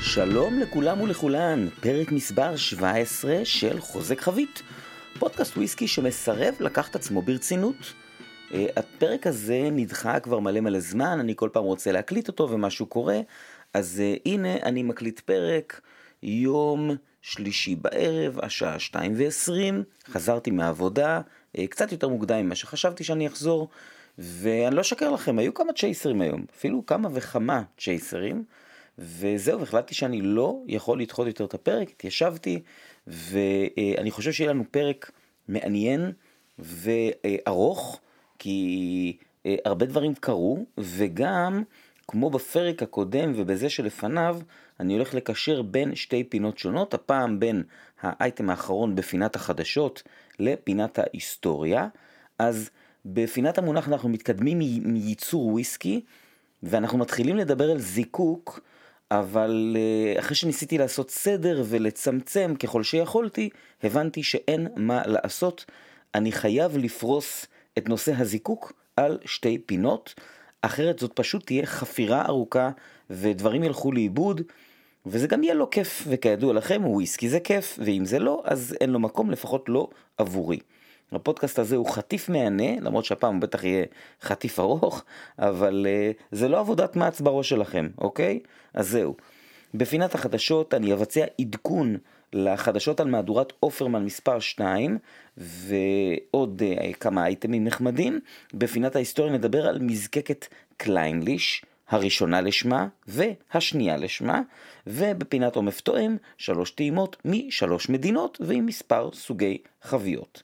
שלום לכולם ולכולן, פרק מספר 17 של חוזק חבית, פודקאסט וויסקי שמסרב לקחת עצמו ברצינות. הפרק הזה נדחה כבר מלא זמן, אני כל פעם רוצה להקליט אותו ומשהו קורה, אז הנה אני מקליט פרק, יום שלישי בערב, השעה 2:20, חזרתי מהעבודה, קצת יותר מוקדם ממה שחשבתי שאני אחזור, ואני לא אשקר לכם, היו כמה צ'ייסרים היום, אפילו כמה וכמה צ'ייסרים, וזהו, החלטתי שאני לא יכול לדחות יותר את הפרק, התיישבתי, ואני חושב שיהיה לנו פרק מעניין וארוך, כי הרבה דברים קרו, וגם כמו בפרק הקודם ובזה שלפניו, אני הולך לקשר בין שתי פינות שונות, הפעם בין האייטם האחרון בפינת החדשות לפינת ההיסטוריה. אז בפינת המונח אנחנו מתקדמים מייצור וויסקי, ואנחנו מתחילים לדבר על זיקוק, אבל אחרי שניסיתי לעשות סדר ולצמצם ככל שיכולתי, הבנתי שאין מה לעשות. אני חייב לפרוס את נושא הזיקוק על שתי פינות, אחרת זאת פשוט תהיה חפירה ארוכה ודברים ילכו לאיבוד, וזה גם יהיה לא כיף, וכידוע לכם, וויסקי זה כיף, ואם זה לא, אז אין לו מקום, לפחות לא עבורי. הפודקאסט הזה הוא חטיף מענה, למרות שהפעם הוא בטח יהיה חטיף ארוך, אבל זה לא עבודת מעץ בראש שלכם, אוקיי? אז זהו. בפינת החדשות אני אבצע עדכון לחדשות על מהדורת אופרמן מספר 2, ועוד כמה אייטמים נחמדים. בפינת ההיסטוריה נדבר על מזקקת קליינליש, הראשונה לשמה והשנייה לשמה, ובפינת עומף תואם 3 טעימות מ3 מדינות ועם מספר סוגי חביות.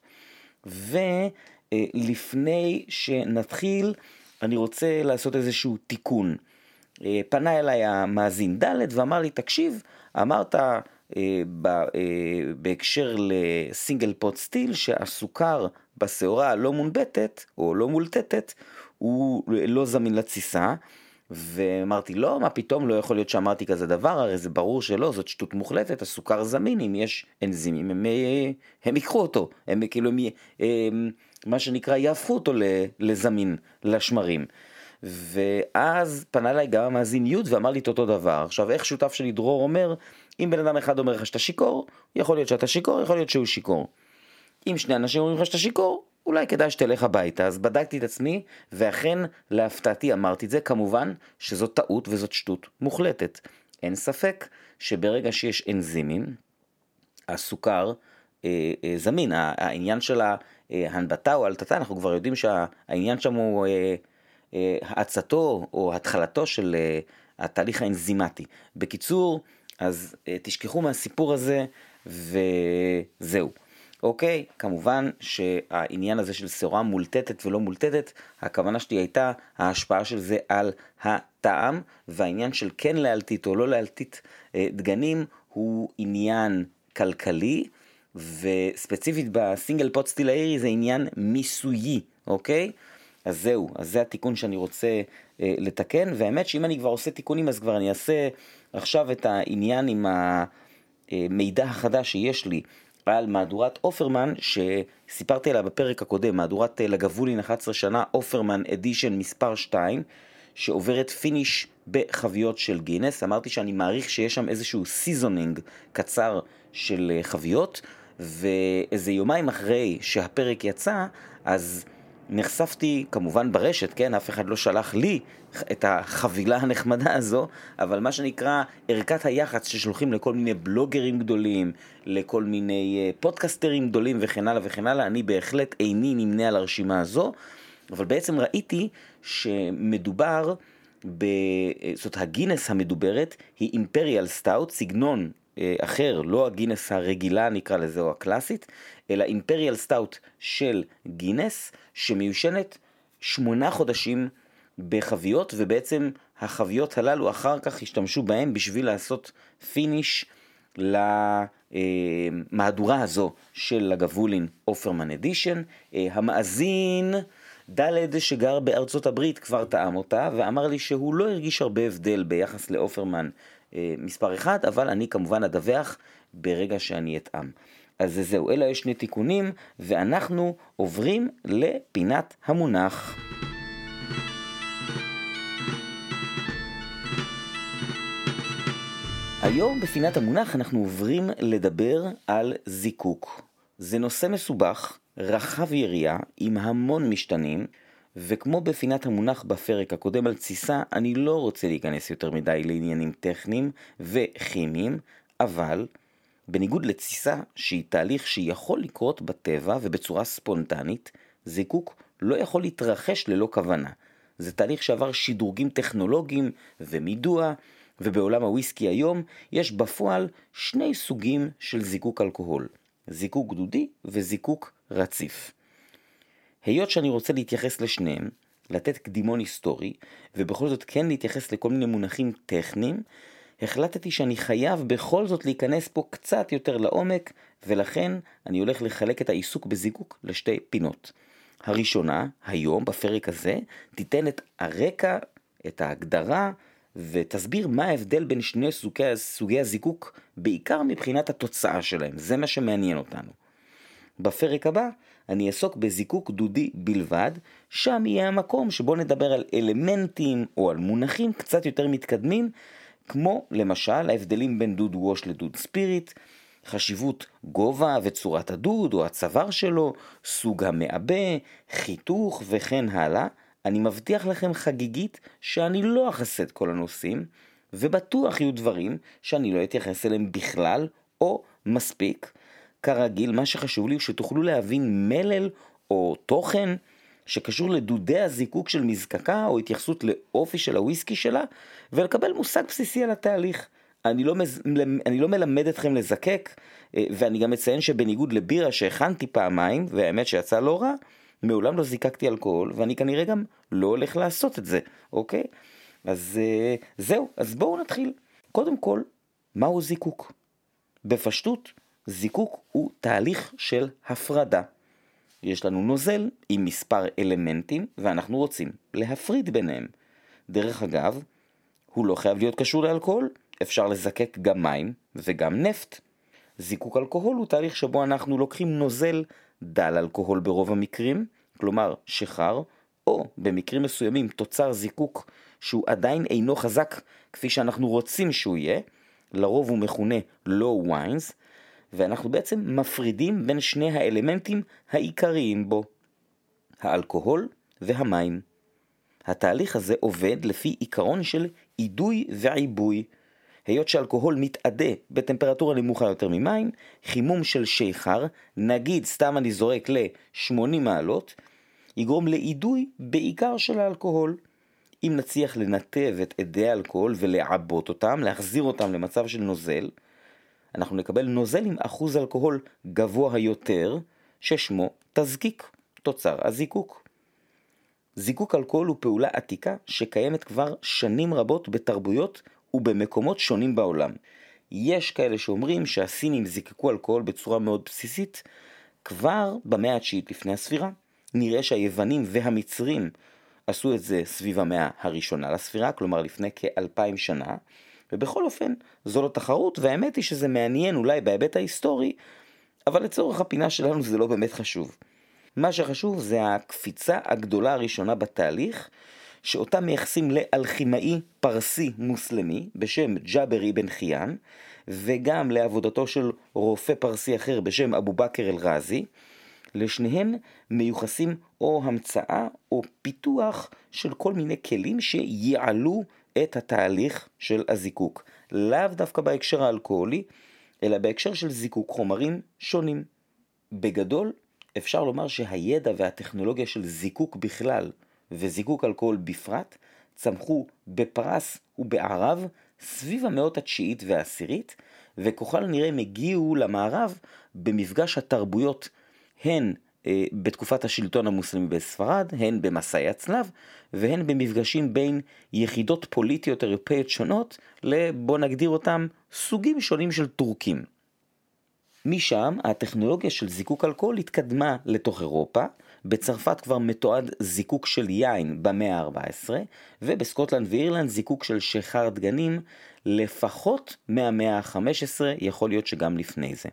ולפני שנתחיל אני רוצה לעשות איזשהו תיקון. פנה אליי המאזין ד' ואמר לי, תקשיב, אמרת בהקשר לסינגל פוט סטיל שהסוכר בסעורה לא מונבטת או לא מולטטת הוא לא זמין לתסיסה, ואמרתי לא, מה פתאום, לא יכול להיות שאמרתי כזה דבר, הרי זה ברור שלא, זאת שטות מוחלטת, הסוכר זמין, אם יש אנזימים הם ייקחו אותו, הם כאילו מה שנקרא יהפכו אותו לזמין לשמרים. ואז פנה אליי גם המאזין י' ואמר לי את אותו דבר. עכשיו, איך שותף שלי דרור אומר, אם בן אדם אחד אומר לך שאתה שיקור, יכול להיות שאתה שיקור, יכול להיות שהוא שיקור. אם שני אנשים אומרים לך שאתה שיקור, אולי כדאי שתלך הביתה. אז בדקתי את עצמי, ואכן להפתעתי אמרתי את זה, כמובן שזאת טעות וזאת שטות מוחלטת. אין ספק שברגע שיש אנזימים, הסוכר זמין. העניין של ההנבטה או הלטטה, אנחנו כבר יודעים שהעניין שם הוא העצתו או התחלתו של התהליך האנזימטי. בקיצור, אז תשכחו מהסיפור הזה וזהו. אוקיי, כמובן שהעניין הזה של שעורה מולטטת ולא מולטטת, הכוונה שלי הייתה ההשפעה של זה על הטעם, והעניין של כן להלטית או לא להלטית דגנים הוא עניין כלכלי, וספציפית בסינגל פוט סטיל האירי זה עניין מיסויי, אוקיי? אז זהו, אז זה התיקון שאני רוצה לתקן, והאמת שאם אני כבר עושה תיקונים אז כבר אני אעשה עכשיו את העניין עם המידע החדש שיש לי על מהדורת אופרמן שסיפרתי עליה בפרק הקודם, מהדורת לגבולין 11 שנה אופרמן אדישן מספר 2, שעוברת פיניש בחביות של גינס. אמרתי שאני מעריך שיש שם איזשהו סיזונינג קצר של חביות, ואיזה יומיים אחרי שהפרק יצא, אז נחשפתי כמובן ברשת, כן, אף אחד לא שלח לי את החבילה הנחמדה הזו, אבל מה שנקרא ערכת היח"צ ששולחים לכל מיני בלוגרים גדולים, לכל מיני פודקסטרים גדולים וכן הלאה וכן הלאה, אני בהחלט איני נמנה על הרשימה הזו, אבל בעצם ראיתי שמדובר זאת הגינס המדוברת היא אימפריאל סטאוט, סגנון אחר, לא הגינס הרגילה נקרא לזה או הקלאסית, אלא אימפריאל סטאוט של גינס שמיושנת 8 חודשים בחביות, ובעצם החביות הללו אחר כך השתמשו בהם בשביל לעשות פיניש למהדורה הזו של לגבולין אופרמן אדישן. המאזין ד' שגר בארצות הברית כבר טעם אותה ואמר לי שהוא לא הרגיש הרבה הבדל ביחס לאופרמן מספר 1, אבל אני כמובן אדווח ברגע שאני אטעם. אז זהו, אלה יש 2 תיקונים, ואנחנו עוברים לפינת המונח. היום בפינת המונח אנחנו עוברים לדבר על זיקוק. זה נושא מסובך, רחב יריעה, עם המון משתנים, וכמו בפינת המונח בפרק הקודם על תסיסה, אני לא רוצה להיכנס יותר מדי לעניינים טכניים וכימיים, אבל בניגוד לתסיסה, שהיא תהליך שיכול לקרות בטבע ובצורה ספונטנית, זיקוק לא יכול להתרחש ללא כוונה. זה תהליך שעבר שדרוגים טכנולוגיים ומידוע, ובעולם הוויסקי היום יש בפועל שני סוגים של זיקוק אלכוהול, זיקוק דודי וזיקוק רציף. היות שאני רוצה להתייחס לשניהם, לתת קדימון היסטורי, ובכל זאת כן להתייחס לכל מיני מונחים טכניים, החלטתי שאני חייב בכל זאת להיכנס פה קצת יותר לעומק, ולכן אני הולך לחלק את העיסוק בזיקוק לשתי פינות. הראשונה, היום בפרק הזה, תיתן את הרקע, את ההגדרה, ותסביר מה ההבדל בין שני סוגי הזיקוק, בעיקר מבחינת התוצאה שלהם. זה מה שמעניין אותנו. בפרק הבא אני אעסוק בזיקוק דודי בלבד, שם יהיה המקום שבו נדבר על אלמנטים או על מונחים קצת יותר מתקדמים, כמו למשל ההבדלים בין דוד ווש לדוד ספיריט, חשיבות גובה וצורת הדוד או הצוואר שלו, סוג המעבה, חיתוך וכן הלאה. אני מבטיח לכם חגיגית שאני לא אכסה את כל הנושאים, ובטוח יהיו דברים שאני לא אתייחס אליהם בכלל או מספיק. כרגיל, מה שחשוב לי הוא שתוכלו להבין מלל או תוכן שקשור לדודי הזיקוק של מזקקה או התייחסות לאופי של הוויסקי שלה, ולקבל מושג בסיסי על התהליך. אני לא מלמד אתכם לזקק, ואני גם מציין שבניגוד לבירה שהכנתי פעמיים, והאמת שיצא לא רע, מעולם לא זיקקתי אלכוהול, ואני כנראה גם לא הולך לעשות את זה, אוקיי? אז זהו, אז בואו נתחיל. קודם כל, מהו זיקוק? בפשטות, זיקוק הוא תהליך של הפרדה. יש לנו נוזל עם מספר אלמנטים, ואנחנו רוצים להפריד ביניהם. דרך אגב, הוא לא חייב להיות קשור לאלכוהול, אפשר לזקק גם מים וגם נפט. זיקוק אלכוהול הוא תהליך שבו אנחנו לוקחים נוזל דל אלכוהול ברוב המקרים, כלומר שחר, או במקרים מסוימים תוצר זיקוק שהוא עדיין אינו חזק כפי שאנחנו רוצים שהוא יהיה, לרוב הוא מכונה low wines, ואנחנו בעצם מפרידים בין שני האלמנטים העיקריים בו, האלכוהול והמים. התהליך הזה עובד לפי עיקרון של אידוי ועיבוי. היות שאלכוהול מתאדה בטמפרטורה נמוכה יותר ממים, חימום של שיכר, נגיד סתם אני זורק ל-80 מעלות, יגרום לאידוי בעיקר של האלכוהול. אם נצליח לנתב את עדי האלכוהול ולעבות אותם, להחזיר אותם למצב של נוזל, אנחנו נקבל נוזל עם אחוז אלכוהול גבוה יותר, ששמו תזקיק, תוצר הזיקוק. זיקוק אלכוהול הוא פעולה עתיקה שקיימת כבר שנים רבות בתרבויות ובמקומות שונים בעולם. יש כאלה שאומרים שהסינים זיקקו אלכוהול בצורה מאוד בסיסית כבר במאה התשיעית לפני הספירה. נראה שהיוונים והמצרים עשו את זה סביב המאה הראשונה לספירה, כלומר לפני כ-2000 שנה, ובכל אופן זו לא תחרות, והאמת היא שזה מעניין אולי בהיבט ההיסטורי, אבל לצורך הפינה שלנו זה לא באמת חשוב. מה שחשוב זה הקפיצה הגדולה הראשונה בתהליך, שאותה מייחסים לאלכימאי פרסי מוסלמי בשם ג'אבר אבן חיין, וגם לעבודתו של רופא פרסי אחר בשם אבו בכר אל-רזי. לשניהם מיוחסים או המצאה או פיתוח של כל מיני כלים שיעלו את התהליך של הזיקוק. לאו דווקא בהקשר האלכוהולי, אלא בהקשר של זיקוק חומרים שונים. בגדול, אפשר לומר שהידע והטכנולוגיה של זיקוק בכלל וזיקוק אלכוהול בפרט צמחו בפרס ובערב סביב המאות התשיעית והעשירית, וככל הנראה הם הגיעו למערב במפגש התרבויות, הן בתקופת השלטון המוסלמי בספרד, הן במסעי הצלב, והן במפגשים בין יחידות פוליטיות אירופאיות שונות, בוא נגדיר אותם סוגים שונים של טורקים. משם הטכנולוגיה של זיקוק אלכוהול התקדמה לתוך אירופה, בצרפת כבר מתועד זיקוק של יין במאה ה-14, ובסקוטלנד ואירלנד זיקוק של שחר דגנים לפחות מהמאה ה-15, יכול להיות שגם לפני זה.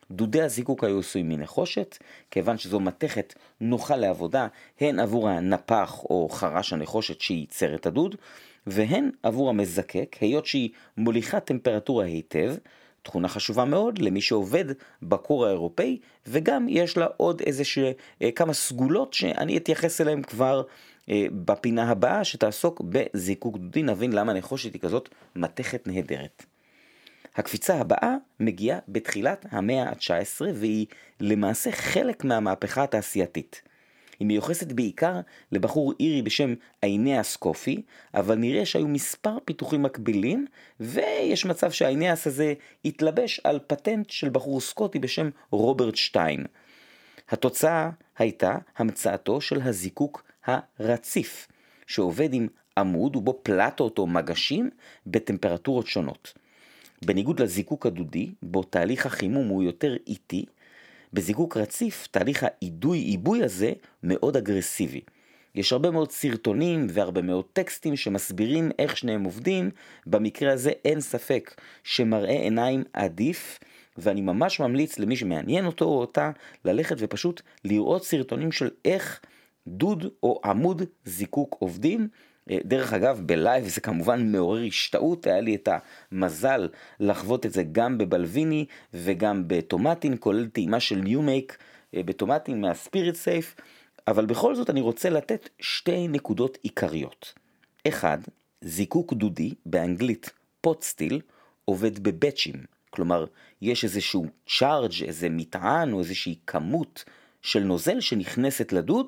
דודי הזיקוק היו עשויים מנחושת, כיוון שזו מתכת נוחה לעבודה, הן עבור הנפח או חרש הנחושת שייצר את הדוד, והן עבור המזקק, היות שהיא מוליכה טמפרטורה היטב, תכונה חשובה מאוד למי שעובד בכור האירופאי, וגם יש לה עוד כמה סגולות שאני אתייחס אליהם כבר בפינה הבאה, שתעסוק בזיקוק דודי. נבין למה נחושת היא כזאת מתכת נהדרת. הקפיצה הבאה מגיעה בתחילת המאה ה-19, והיא למעשה חלק מהמהפכה התעשייתית. היא מיוחסת בעיקר לבחור אירי בשם איניאס קופי, אבל נראה שהיו מספר פיתוחים מקבילים, ויש מצב שהאיניאס הזה התלבש על פטנט של בחור סקוטי בשם רוברט שטיין. התוצאה הייתה המצאתו של הזיקוק הרציף, שעובד עם עמוד ובו פלטות או מגשים בטמפרטורות שונות. בניגוד לזיקוק הדודי, בו תהליך החימום הוא יותר איטי, בזיקוק רציף תהליך העיבוי הזה מאוד אגרסיבי. יש הרבה מאוד סרטונים והרבה מאוד טקסטים שמסבירים איך שניהם עובדים. במקרה הזה אין ספק שמראה עיניים עדיף, ואני ממש ממליץ למי שמעניין אותו או אותה ללכת ופשוט לראות סרטונים של איך דוד או עמוד זיקוק עובדים. דרך אגב, בלייב זה כמובן מעורר השתאות, היה לי את המזל לחוות את זה גם בבלוויני וגם בטומטין, כולל טעימה של ניומייק בטומטין מהספיריט סייף, אבל בכל זאת אני רוצה לתת שתי נקודות עיקריות. אחד, זיקוק דודי, באנגלית פוט סטיל, עובד בבצ'ים, כלומר יש איזשהו צ'ארג', איזה מטען או איזושהי כמות של נוזל שנכנסת לדוד,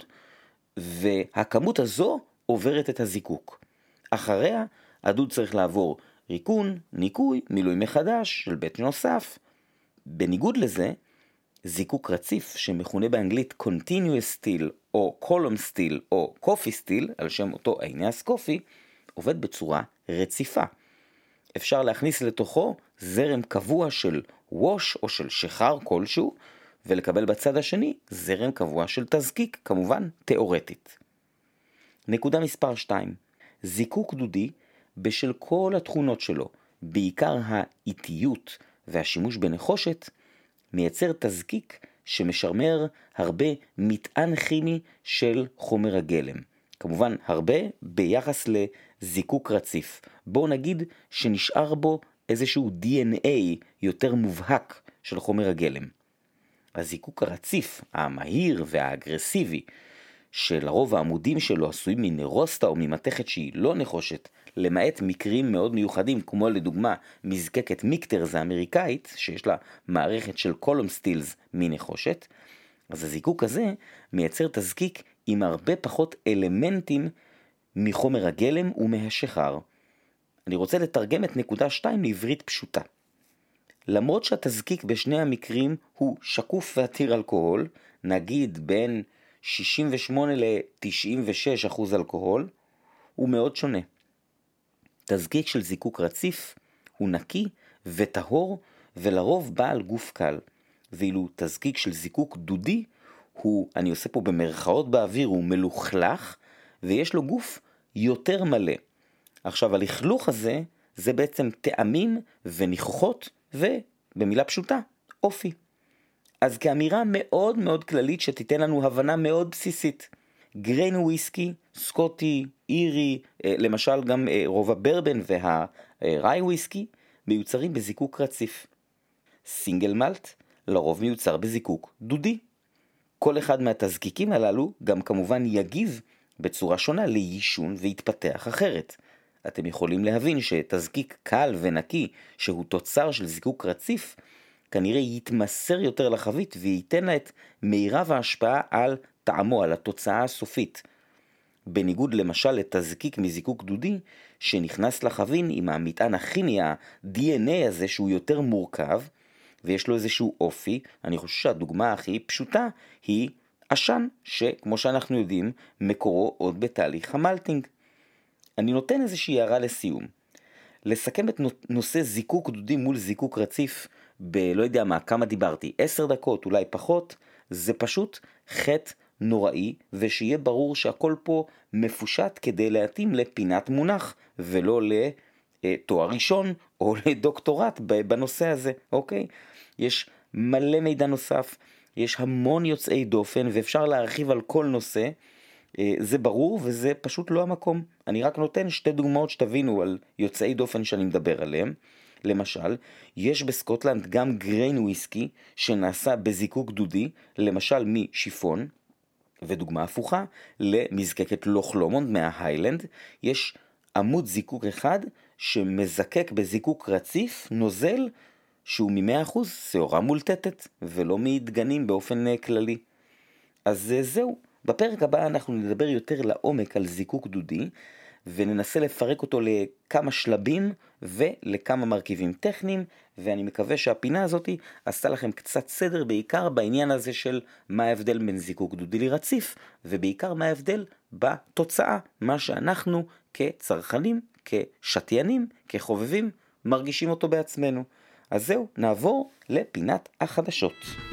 והכמות הזו עוברת את הזיקוק. אחריה הדוד צריך לעבור ריקון, ניקוי, מילוי מחדש של בית נוסף. בניגוד לזה, זיקוק רציף שמכונה באנגלית continuous steel או column steel או coffee steel, על שם אותו איניאס קופי, עובד בצורה רציפה. אפשר להכניס לתוכו זרם קבוע של ווש או של שחר כלשהו, ולקבל בצד השני זרם קבוע של תזקיק, כמובן תיאורטית. נקודה מספר 2, זיקוק דודי בשל כל התכונות שלו, בעיקר האיטיות והשימוש בנחושת, מייצר תזקיק שמשמר הרבה מטען כימי של חומר הגלם. כמובן הרבה ביחס לזיקוק רציף. בואו נגיד שנשאר בו איזשהו DNA יותר מובהק של חומר הגלם. הזיקוק הרציף, המהיר והאגרסיבי, שלרוב העמודים שלו עשויים מנרוסטה או ממתכת שהיא לא נחושת, למעט מקרים מאוד מיוחדים, כמו לדוגמה מזקקת מיקטרס האמריקאית, שיש לה מערכת של קולום סטילס מנחושת, אז הזיקוק הזה מייצר תזקיק עם הרבה פחות אלמנטים מחומר הגלם ומהשחר. אני רוצה לתרגם את נקודה 2 לעברית פשוטה. למרות שהתזקיק בשני המקרים הוא שקוף ועתיר אלכוהול, נגיד בין 68 ל-96% אלכוהול, הוא מאוד שונה. תזקיק של זיקוק רציף הוא נקי וטהור ולרוב בעל גוף קל, ואילו תזקיק של זיקוק דודי הוא, אני עושה פה במרכאות באוויר, הוא מלוכלך ויש לו גוף יותר מלא. עכשיו הלכלוך הזה זה בעצם טעמים וניחוחות ובמילה פשוטה אופי. אז כאמירה מאוד מאוד כללית שתיתן לנו הבנה מאוד בסיסית, גריין וויסקי, סקוטי, אירי, למשל גם רוב הברבן והראי וויסקי, מיוצרים בזיקוק רציף. סינגל מלט לרוב מיוצר בזיקוק דודי. כל אחד מהתזקיקים הללו גם כמובן יגיב בצורה שונה ליישון ויתפתח אחרת. אתם יכולים להבין שתזקיק קל ונקי שהוא תוצר של זיקוק רציף, כנראה יתמסר יותר לחבית וייתן לה את מירב ההשפעה על טעמו, על התוצאה הסופית. בניגוד למשל לתזקיק מזיקוק דודי, שנכנס לחבין עם המטען הכימי, ה-DNA הזה שהוא יותר מורכב, ויש לו איזשהו אופי. אני חושב שהדוגמה הכי פשוטה היא עשן, שכמו שאנחנו יודעים, מקורו עוד בתהליך המלטינג. אני נותן איזושהי הערה לסיום. לסכם את נושא זיקוק דודי מול זיקוק רציף, לא יודע מה, כמה דיברתי, 10 דקות, אולי פחות, זה פשוט חטא נוראי, ושיהיה ברור שהכל פה מפושט כדי להתאים לפינת מונח, ולא לתואר ראשון או לדוקטורט בנושא הזה, אוקיי? יש מלא מידע נוסף, יש המון יוצאי דופן ואפשר להרחיב על כל נושא, זה ברור וזה פשוט לא המקום. אני רק נותן שתי דוגמאות שתבינו על יוצאי דופן שאני מדבר עליהם. למשל, יש בסקוטלנד גם גריין וויסקי שנעשה בזיקוק דודי, למשל משיפון, ודוגמה הפוכה, למזקקת לוך לומונד מההיילנד, יש עמוד זיקוק אחד שמזקק בזיקוק רציף נוזל שהוא מ-100% שעורה מולטטת ולא מדגנים באופן כללי. אז זהו, בפרק הבא אנחנו נדבר יותר לעומק על זיקוק דודי וננסה לפרק אותו לכמה שלבים ולכמה מרכיבים טכניים, ואני מקווה שהפינה הזאת עשתה לכם קצת סדר בעיקר בעניין הזה של מה ההבדל בין זיקוק דודי לרציף, ובעיקר מה ההבדל בתוצאה, מה שאנחנו כצרכנים, כשתיינים, כחובבים, מרגישים אותו בעצמנו. אז זהו, נעבור לפינת החדשות.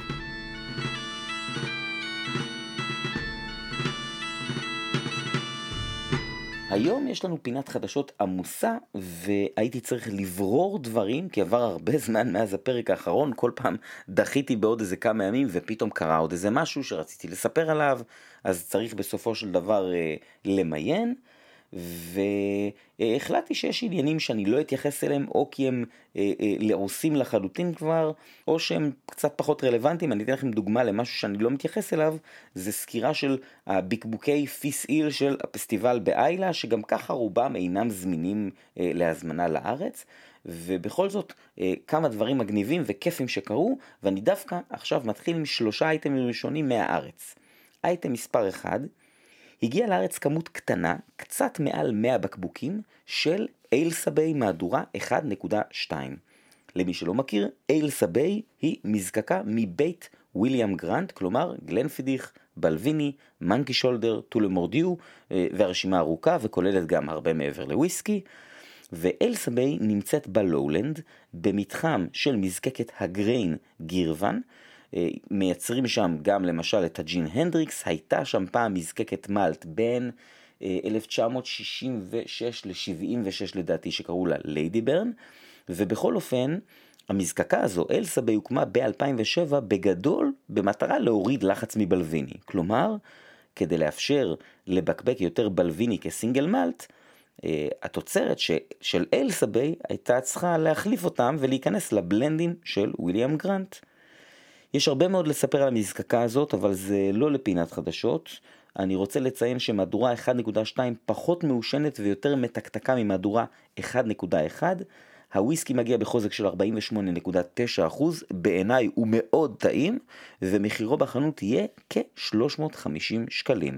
היום יש לנו פינת חדשות עמוסה, והייתי צריך לברור דברים, כי עבר הרבה זמן מאז הפרק האחרון, כל פעם דחיתי בעוד איזה כמה ימים, ופתאום קרה עוד איזה משהו שרציתי לספר עליו, אז צריך בסופו של דבר למיין, והחלטתי שיש עניינים שאני לא אתייחס אליהם, או כי הם לעושים לחלוטין כבר, או שהם קצת פחות רלוונטיים. אני אתן לכם דוגמה למשהו שאני לא מתייחס אליו, זה סקירה של הבקבוקי פיס איל של הפסטיבל באיילה, שגם ככה רובם אינם זמינים להזמנה לארץ, ובכל זאת כמה דברים מגניבים וכיפים שקרו, ואני דווקא עכשיו מתחיל עם 3 אייטמים ראשונים מהארץ. אייטם מספר 1, הגיע לארץ כמות קטנה, קצת מעל 100 בקבוקים, של איילסה ביי מהדורה 1.2. למי שלא מכיר, איילסה ביי היא מזקקה מבית וויליאם גרנט, כלומר גלנפידיך, בלוויני, מנקי שולדר, טולמורדיו, והרשימה ארוכה וכוללת גם הרבה מעבר לוויסקי. ואיילסה ביי נמצאת בלואולנד, במתחם של מזקקת הגריין גירוון, מייצרים שם גם למשל את הג'ין הנדריקס, הייתה שם פעם מזקקת מלט בין 1966 ל-76 לדעתי שקראו לה ליידי ברן, ובכל אופן המזקקה הזו, איילסה ביי, הוקמה ב-2007 בגדול במטרה להוריד לחץ מבלוויני, כלומר כדי לאפשר לבקבק יותר בלוויני כסינגל מלט, התוצרת של איילסה ביי הייתה צריכה להחליף אותם ולהיכנס לבלנדים של וויליאם גרנט. יש הרבה מאוד לספר על המזקקה הזאת, אבל זה לא לפינת חדשות. אני רוצה לציין שמהדורה 1.2 פחות מעושנת ויותר מתקתקה ממהדורה 1.1. הוויסקי מגיע בחוזק של 48.9%, בעיניי הוא מאוד טעים, ומחירו בחנות יהיה כ-350 שקלים.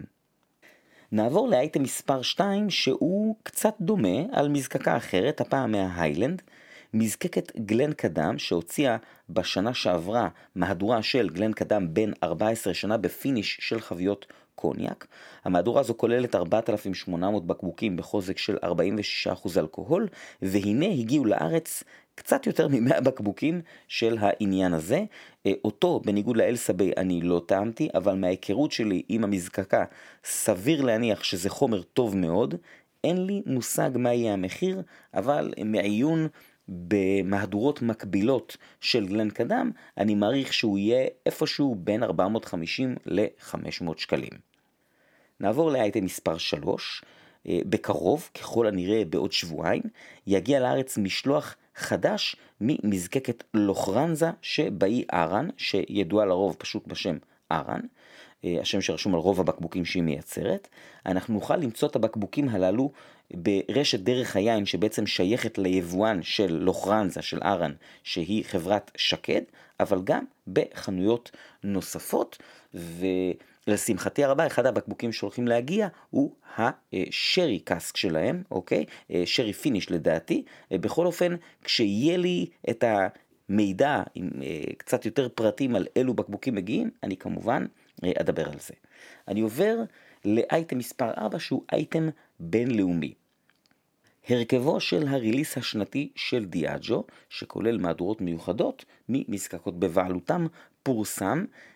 נעבור לאייטם מספר 2 שהוא קצת דומה על מזקקה אחרת, הפעם מההיילנד, מזקקת גלן קדם שהוציאה בשנה שעברה מהדורה של גלן קדם בין 14 שנה בפיניש של חביות קוניאק. המהדורה הזו כוללת 4,800 בקבוקים בחוזק של 46% אלכוהול, והנה הגיעו לארץ קצת יותר מ100 בקבוקים של העניין הזה. אותו בניגוד לאיילסה ביי אני לא טעמתי, אבל מההיכרות שלי עם המזקקה סביר להניח שזה חומר טוב מאוד. אין לי מושג מה יהיה המחיר, אבל מעיון במהדורות מקבילות של גלן קדם, אני מעריך שהוא יהיה איפשהו בין 450 ל-500 שקלים. נעבור לאייטם מספר 3. בקרוב, ככל הנראה בעוד שבועיים, יגיע לארץ משלוח חדש ממזקקת לוכרנזה שבאי ארן, שידועה לרוב פשוט בשם ארן, השם שרשום על רוב הבקבוקים שהיא מייצרת. אנחנו נוכל למצוא את הבקבוקים הללו ברשת דרך היין שבעצם שייכת ליבואן של לוכרנזה, של ארן, שהיא חברת שקד, אבל גם בחנויות נוספות. ולשמחתי הרבה, אחד הבקבוקים שהולכים להגיע הוא השרי קאסק שלהם, אוקיי? שרי פיניש לדעתי. בכל אופן, כשיהיה לי את המידע עם קצת יותר פרטים על אילו בקבוקים מגיעים, אני כמובן אדבר על זה. אני עובר לאייטם מספר 4 שהוא אייטם בינלאומי. הרכבו של הריליס השנתי של דיאג'ו, שכולל מהדורות מיוחדות ממזקקות בבעלותם, פורסם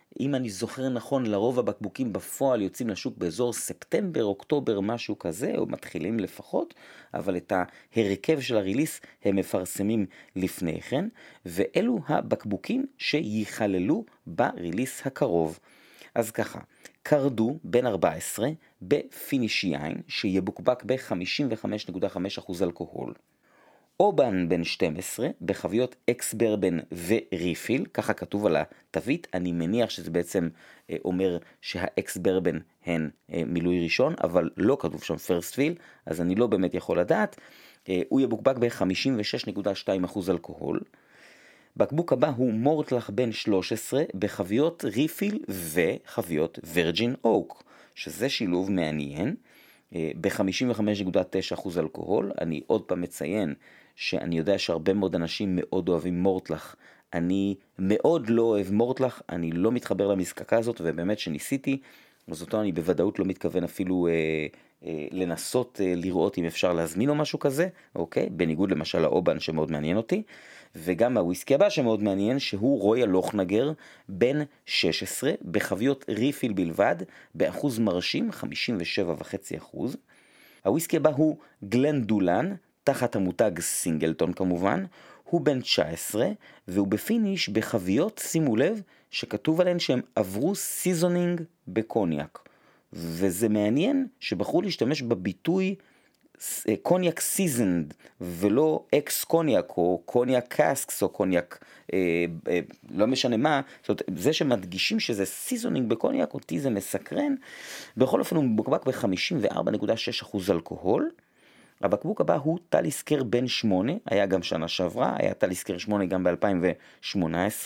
אם אני זוכר נכון, לרוב הבקבוקים בפועל יוצאים לשוק באזור ספטמבר, אוקטובר, משהו כזה, או מתחילים לפחות, אבל את ההרכב של הריליס הם מפרסמים לפני כן, ואלו הבקבוקים שיכללו בריליס הקרוב. אז ככה, קרדו בן 14 בפיניש יין שיבוקבק ב-55.5% אלכוהול. אובן בן 12 בחביות אקס ברבן וריפיל, ככה כתוב על התווית, אני מניח שזה בעצם אומר שהאקס ברבן הן מילוי ראשון, אבל לא כתוב שם פרסט פיל, אז אני לא באמת יכול לדעת. הוא יבוקבק ב-56.2% אלכוהול. בקבוק הבא הוא מורטלח בן 13 בחביות ריפיל וחביות וירג'ין אוק, שזה שילוב מעניין, ב-55.9% אלכוהול. אני עוד פעם מציין שאני יודע שהרבה מאוד אנשים מאוד אוהבים מורטלח, אני מאוד לא אוהב מורטלח, אני לא מתחבר למזקקה הזאת, ובאמת שניסיתי, אז אותו אני בוודאות לא מתכוון אפילו לנסות לראות אם אפשר להזמין או משהו כזה, אוקיי? בניגוד למשל לאובן שמאוד מעניין אותי, וגם הוויסקי הבא שמאוד מעניין, שהוא רויאל לוכנגר בן 16 בחביות ריפיל בלבד, באחוז מרשים 57.5%. הוויסקי הבא הוא גלנדולן, תחת המותג סינגלטון כמובן, הוא בן 19 והוא בפיניש בחביות, שימו לב, שכתוב עליהן שהם עברו סיזונינג בקוניאק. וזה מעניין שבחרו להשתמש בביטוי קוניאק סיזנד ולא אקס קוניאק או קוניאק קאסקס או קוניאק לא משנה מה. זאת אומרת, זה שמדגישים שזה סיזונינג בקוניאק אותי זה מסקרן. בכל אופן הוא מבוקבק ב-54.6% אלכוהול. הבקבוק הבא הוא טליסקר בן 8, היה גם שנה שעברה, היה טליסקר 8 גם ב-2018,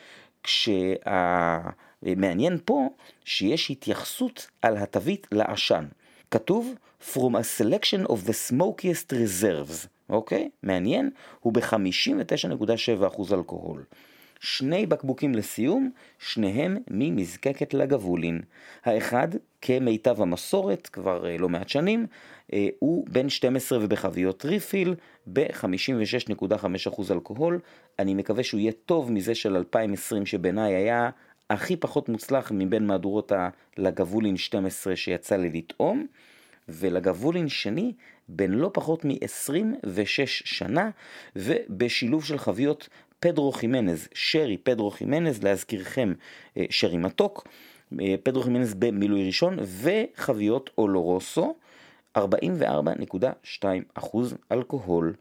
כשהמעניין פה שיש התייחסות על התווית לעשן. כתוב From a selection of the smokiest reserves, אוקיי? מעניין, הוא ב-59.7% אלכוהול. שני בקבוקים לסיום, שניהם ממזקקת לגבולין. האחד, כמיטב המסורת, כבר לא מעט שנים, הוא בן 12 ובחביות ריפיל, ב-56.5% אלכוהול. אני מקווה שהוא יהיה טוב מזה של 2020, שבעיניי היה הכי פחות מוצלח מבין מהדורות לגבולין 12 שיצא לי לטעום, ולגבולין שני, בין לא פחות מ-26 שנה, ובשילוב של חביות פדרו חימנז, שרי פדרו חימנז, להזכירכם שרי מתוק, פדרו חימנז במילוי ראשון, וחביות אולורוסו, 44.2% אלכוהול.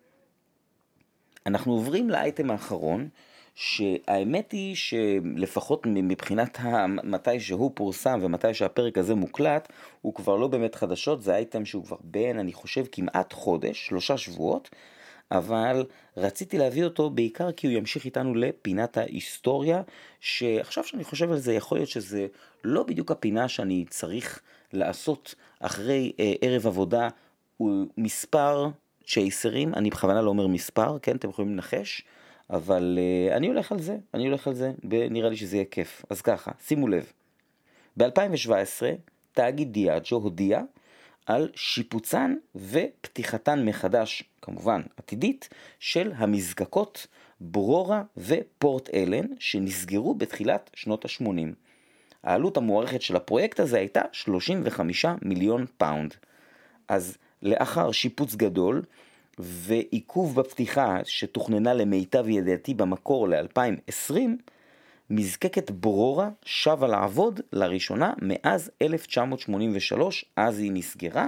אנחנו עוברים לאייטם האחרון, שהאמת היא שלפחות מבחינת מתי שהוא פורסם ומתי שהפרק הזה מוקלט, הוא כבר לא באמת חדשות, זה אייטם שהוא כבר בין, אני חושב, כמעט חודש, 3 שבועות, אבל רציתי להביא אותו בעיקר כי הוא ימשיך איתנו לפינת ההיסטוריה, שעכשיו שאני חושב על זה, יכול להיות שזה לא בדיוק הפינה שאני צריך לעשות אחרי ערב עבודה, הוא מספר צ'ייסרים, אני בכוונה לא אומר מספר, כן, אתם יכולים לנחש, אבל אני הולך על זה, נראה לי שזה יהיה כיף. אז ככה, שימו לב, ב-2017 תאגיד דיאג'ו הודיע על שיפוצן ופתיחתן מחדש, כמובן עתידית, של המזקקות ברורה ופורט אלן שנסגרו בתחילת שנות ה-80. העלות המוערכת של הפרויקט הזה הייתה 35 מיליון פאונד. אז לאחר שיפוץ גדול ועיכוב בפתיחה שתוכננה למיטב ידיעתי במקור ל-2020, מזקקת ברורה שבה לעבוד לראשונה מאז 1983, אז היא נסגרה,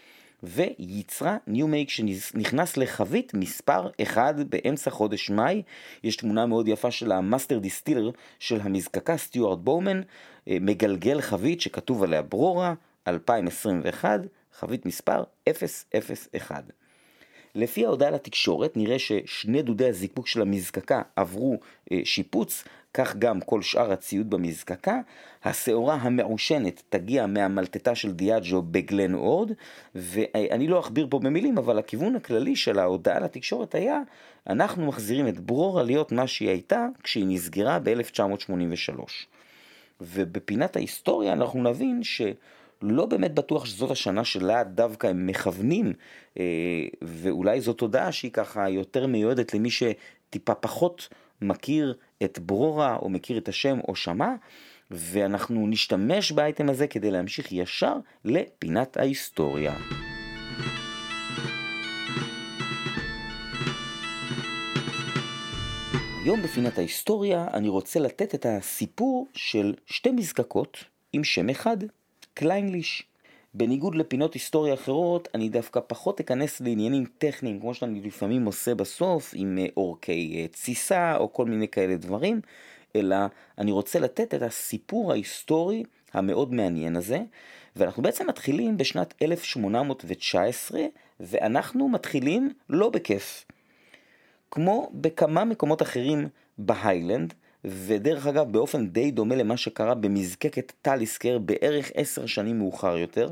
וייצרה ניו מייק שנכנס לחבית מספר 1 באמצע חודש מאי. יש תמונה מאוד יפה של המאסטר דיסטילר של המזקקה, סטיוארט בואומן, מגלגל חבית שכתוב עליה ברורה 2021, חבית מספר 001. לפי ההודעה לתקשורת נראה ששני דודי הזיקוק של המזקקה עברו שיפוץ, כך גם כל שאר הציוד במזקקה. השעורה המעושנת תגיע מהמלטטה של דיאג'ו בגלן אורד, ואני לא אכביר פה במילים, אבל הכיוון הכללי של ההודעה לתקשורת היה, אנחנו מחזירים את ברורה להיות מה שהיא הייתה כשהיא נסגרה ב-1983. ובפינת ההיסטוריה אנחנו נבין לא באמת בטוח שזאת השנה שלה דווקא הם מכוונים, ואולי זאת הודעה שהיא ככה יותר מיועדת למי שטיפה פחות מכיר את ברורה או מכיר את השם או שמע, ואנחנו נשתמש באייטם הזה כדי להמשיך ישר לפינת ההיסטוריה. היום בפינת ההיסטוריה אני רוצה לתת את הסיפור של שתי מזקקות עם שם אחד, קליינליש. בניגוד לפינות היסטוריה אחרות, אני דווקא פחות אכנס לעניינים טכניים, כמו שאני לפעמים עושה בסוף, עם אורכי תסיסה או כל מיני כאלה דברים, אלא אני רוצה לתת את הסיפור ההיסטורי המאוד מעניין הזה, ואנחנו בעצם מתחילים בשנת 1819, ואנחנו מתחילים לא בכיף. כמו בכמה מקומות אחרים בהיילנד, ודרך אגב באופן די דומה למה שקרה במזקקת טליסקר בערך 10 שנים מאוחר יותר,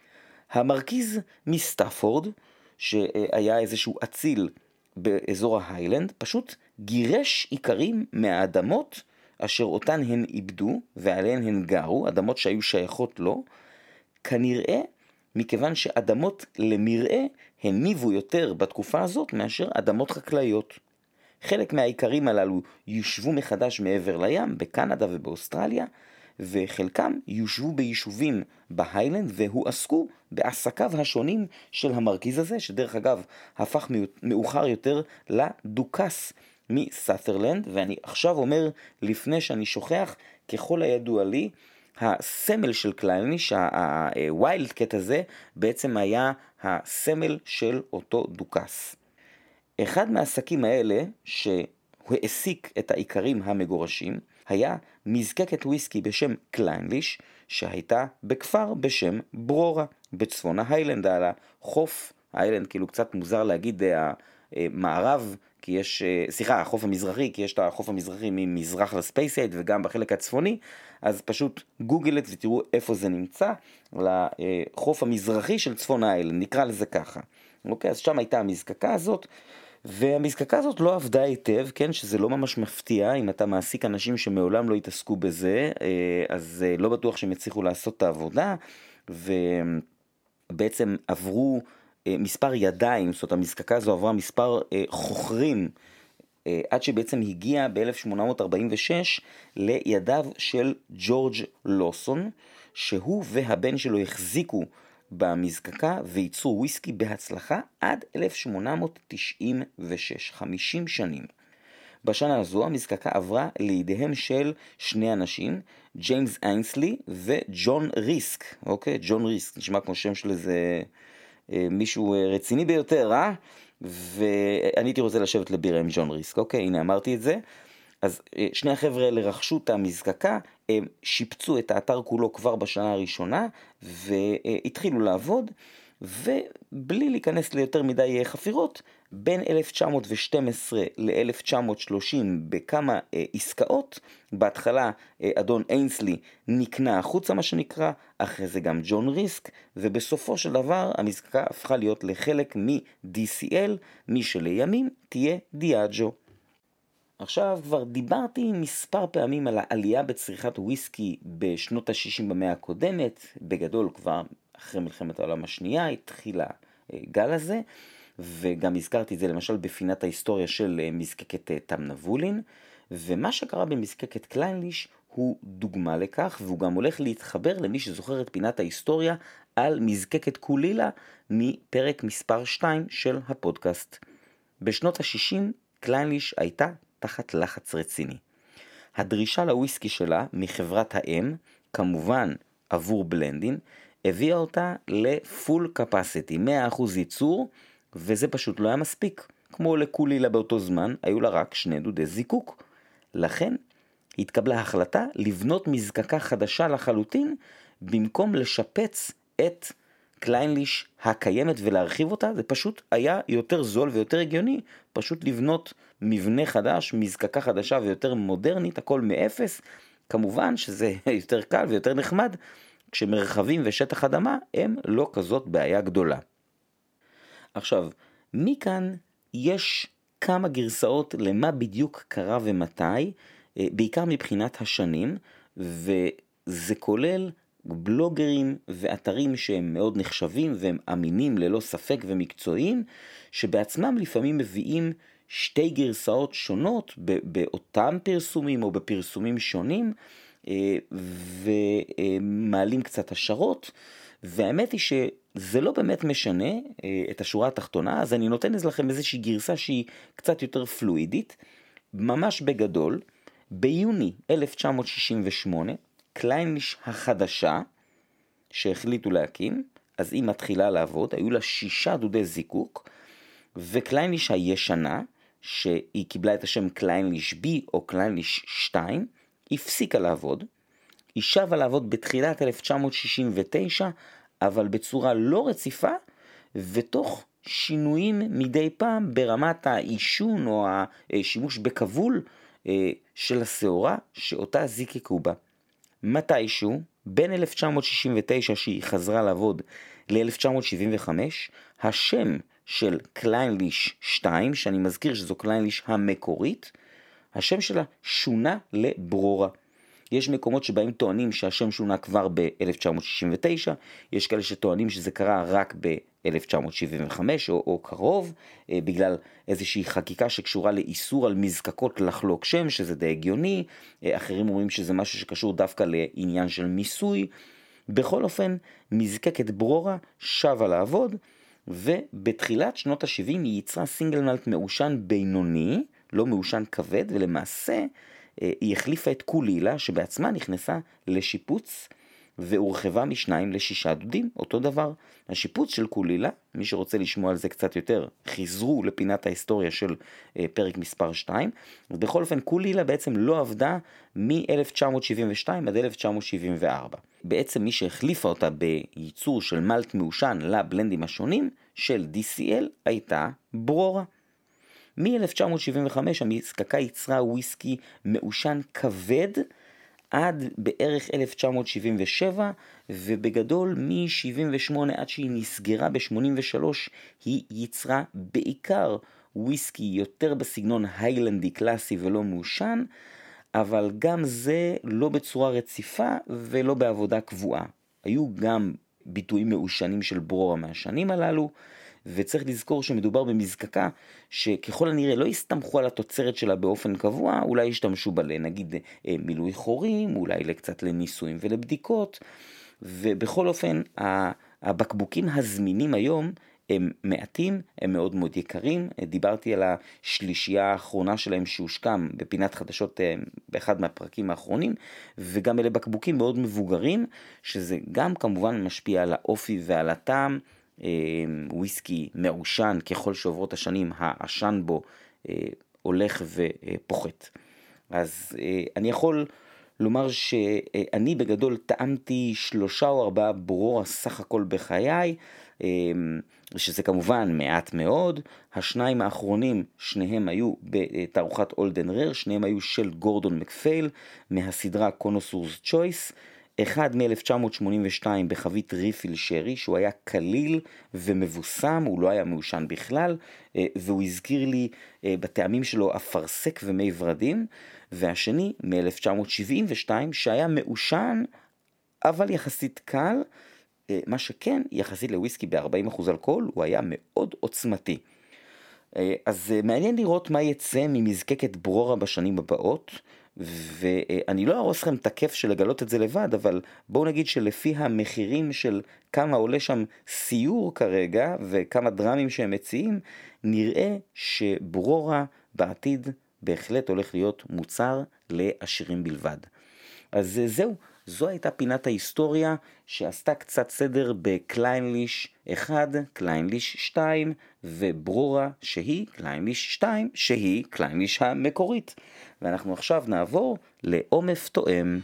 המרכיז מסטאפורד, שהיה איזשהו אציל באזור ההיילנד, פשוט גירש עיקרים מהאדמות אשר אותן הן איבדו ועליהן הן גרו, אדמות שהיו שייכות לו, כנראה מכיוון שאדמות למרעה הניבו יותר בתקופה הזאת מאשר אדמות חקלאיות. חלק מהעיקרים הללו יושבו מחדש מעבר לים, בקנדה ובאוסטרליה, וחלקם יושבו ביישובים בהיילנד והועסקו בעסקיו השונים של המרכיז הזה, שדרך אגב הפך מאוחר יותר לדוכס מסת'רלנד. ואני עכשיו אומר, לפני שאני שוכח, ככל הידוע לי, הסמל של קליינליש, הווילד קט הזה, בעצם היה הסמל של אותו דוכס. אחד מהעסקים האלה שהעסיק את העיקרים המגורשים היה מזקקת וויסקי בשם קליינליש, שהייתה בכפר בשם ברורה, בצפון ההיילנד, על החוף ההיילנד, כאילו קצת מוזר להגיד המערב, כי יש, החוף המזרחי, כי יש את החוף המזרחי ממזרח לספייסייד וגם בחלק הצפוני, אז פשוט גוגל את ותראו איפה זה נמצא, לחוף המזרחי של צפון ההיילנד, נקרא לזה ככה. אוקיי, אז שם הייתה המזקקה הזאת, והמזקקה הזאת לא עבדה היטב, כן, שזה לא ממש מפתיע, אם אתה מעסיק אנשים שמעולם לא התעסקו בזה, אז לא בטוח שהם יצליחו לעשות את העבודה, ובעצם עברו מספר ידיים, זאת אומרת המזקקה הזו עברה מספר חוכרים, עד שבעצם הגיע ב-1846 לידיו של ג'ורג' לוסון, שהוא והבן שלו החזיקו במזקקה וייצרו וויסקי בהצלחה עד 1896, 50 שנים. בשנה הזו המזקקה עברה לידיהם של שני אנשים, ג'יימס אינסלי וג'ון ריסק. אוקיי, ג'ון ריסק, נשמע כמו שם של איזה מישהו רציני ביותר, ואני הייתי רוצה לשבת לבירה עם ג'ון ריסק. אוקיי, הנה אמרתי את זה. אז שני החבר'ה האלה רכשו את המזקקה, הם שיפצו את האתר כולו כבר בשנה הראשונה, והתחילו לעבוד, ובלי להיכנס ליותר מדי חפירות, בין 1912 ל-1930 בכמה עסקאות, בהתחלה אדון אינסלי נקנה החוצה מה שנקרא, אחרי זה גם ג'ון ריסק, ובסופו של דבר המזקקה הפכה להיות לחלק מ-DCL, מי שלימים תהיה דיאג'ו. עכשיו כבר דיברתי מספר פעמים על העלייה בצריכת וויסקי בשנות ה-60 במאה הקודמת, בגדול כבר אחרי מלחמת העולם השנייה התחיל הגל הזה, וגם הזכרתי את זה למשל בפינת ההיסטוריה של מזקקת תמנבולין, ומה שקרה במזקקת קליינליש הוא דוגמה לכך, והוא גם הולך להתחבר למי שזוכר את פינת ההיסטוריה על מזקקת קולילה מפרק מספר 2 של הפודקאסט. בשנות ה-60 קליינליש הייתה תחת לחץ רציני. הדרישה לוויסקי שלה מחברת האם, כמובן עבור בלנדין, הביאה אותה לפול קפסיטי, 100% ייצור, וזה פשוט לא היה מספיק. כמו לקולילה באותו זמן, היו לה רק 2 דודי זיקוק. לכן התקבלה החלטה לבנות מזקקה חדשה לחלוטין, במקום לשפץ את קליינליש הקיימת ולהרחיב אותה. זה פשוט היה יותר זול ויותר הגיוני, פשוט לבנות מבנה חדש, מזקקה חדשה ויותר מודרנית, הכל מאפס. כמובן שזה יותר קל ויותר נחמד, כשמרחבים ושטח אדמה הם לא כזאת בעיה גדולה. עכשיו, מכאן יש כמה גרסאות למה בדיוק קרה ומתי, בעיקר מבחינת השנים, וזה כולל בלוגרים ואתרים שהם מאוד נחשבים והם אמינים ללא ספק ומקצועיים, שבעצמם לפעמים מביאים שתי גרסאות שונות באותם פרסומים או בפרסומים שונים, ומעלים קצת השערות, והאמת היא שזה לא באמת משנה את השורה התחתונה, אז אני נותן לכם איזושהי גרסה שהיא קצת יותר פלואידית. ממש בגדול, ביוני 1968, קליינליש החדשה שהחליטו להקים, אז היא מתחילה לעבוד, היו לה 6 דודי זיקוק, וקליינליש הישנה, שהיא קיבלה את השם קליינליש B או קליינליש 2, הפסיקה לעבוד. היא שבה לעבוד בתחילת 1969, אבל בצורה לא רציפה, ותוך שינויים מדי פעם ברמת העישון או השימוש בכבול של השעורה שאותה זיקקו בה. מתישהו, בין 1969 שהיא חזרה לעבוד ל-1975, השם של קליינליש 2, שאני מזכיר שזו קליינליש המקורית, השם שלה שונה לברורה. יש מקומות שבהם טוענים שהשם שונה כבר ב-1969, יש כאלה שטוענים שזה קרה רק ב-1975 או קרוב, בגלל איזושהי חקיקה שקשורה לאיסור על מזקקות לחלוק שם, שזה די הגיוני, אחרים אומרים שזה משהו שקשור דווקא לעניין של מיסוי. בכל אופן, מזקקת ברורה שבה לעבוד, ובתחילת שנות ה-70 היא ייצרה סינגל מלט מעושן בינוני, לא מעושן כבד, ולמעשה היא החליפה את קולילה שבעצמה נכנסה לשיפוץ והורחבה מ2 ל6 דודים, אותו דבר. השיפוץ של קולילה, מי שרוצה לשמוע על זה קצת יותר, חיזרו לפינת ההיסטוריה של פרק מספר 2, ובכל אופן קולילה בעצם לא עבדה מ-1972 עד 1974. בעצם מי שהחליפה אותה בייצור של מלט מעושן לבלנדים השונים של DCL הייתה ברורה. מ-1975 המזקקה ייצרה וויסקי מעושן כבד עד בערך 1977, ובגדול מ-78 עד שהיא נסגרה ב-83 היא ייצרה בעיקר וויסקי יותר בסגנון היילנדי קלאסי ולא מעושן, אבל גם זה לא בצורה רציפה ולא בעבודה קבועה. היו גם ביטויים מעושנים של ברורה מהשנים הללו, וצריך לזכור שמדובר במזקקה שככל הנראה לא הסתמכו על התוצרת שלה באופן קבוע, אולי השתמשו בה נגיד מילוי חורים, אולי קצת לניסויים ולבדיקות, ובכל אופן הבקבוקים הזמינים היום הם מעטים, הם מאוד מאוד יקרים. דיברתי על השלישייה האחרונה שלהם שהושקם בפינת חדשות באחד מהפרקים האחרונים, וגם אלה בקבוקים מאוד מבוגרים, שזה גם כמובן משפיע על האופי ועל הטעם. וויסקי מעושן, ככל שעוברות השנים העשן בו הולך ופוחת. אז אני יכול לומר שאני בגדול טעמתי 3 או 4 ברורה סך הכל בחיי, שזה כמובן מעט מאוד. השניים האחרונים, שניהם היו בתערוכת אולדן רר, שניהם היו של גורדון מקפייל מהסדרה קונוסורס צ'ויס, אחד מ-1982 בחבית ריפיל שרי, שהוא היה קליל ומבוסם, הוא לא היה מעושן בכלל, והוא הזכיר לי בטעמים שלו אפרסק ומי ורדים, והשני מ-1972 שהיה מעושן אבל יחסית קל, מה שכן יחסית לוויסקי ב-40% אלכוהול הוא היה מאוד עוצמתי. אז מעניין לראות מה יצא ממזקקת ברורה בשנים הבאות, ואני לא ארוס לכם את הכיף של לגלות את זה לבד, אבל בואו נגיד שלפי המחירים של כמה עולה שם סיור כרגע וכמה דרמים שהם מציעים, נראה שברורה בעתיד בהחלט הולך להיות מוצר לעשירים בלבד. אז זהו, זו הייתה פינת ההיסטוריה שעשתה קצת סדר בקליינליש 1, קליינליש 2 וברורה שהיא קליינליש 2 שהיא קליינליש המקורית. ואנחנו עכשיו נעבור לעומף תואם.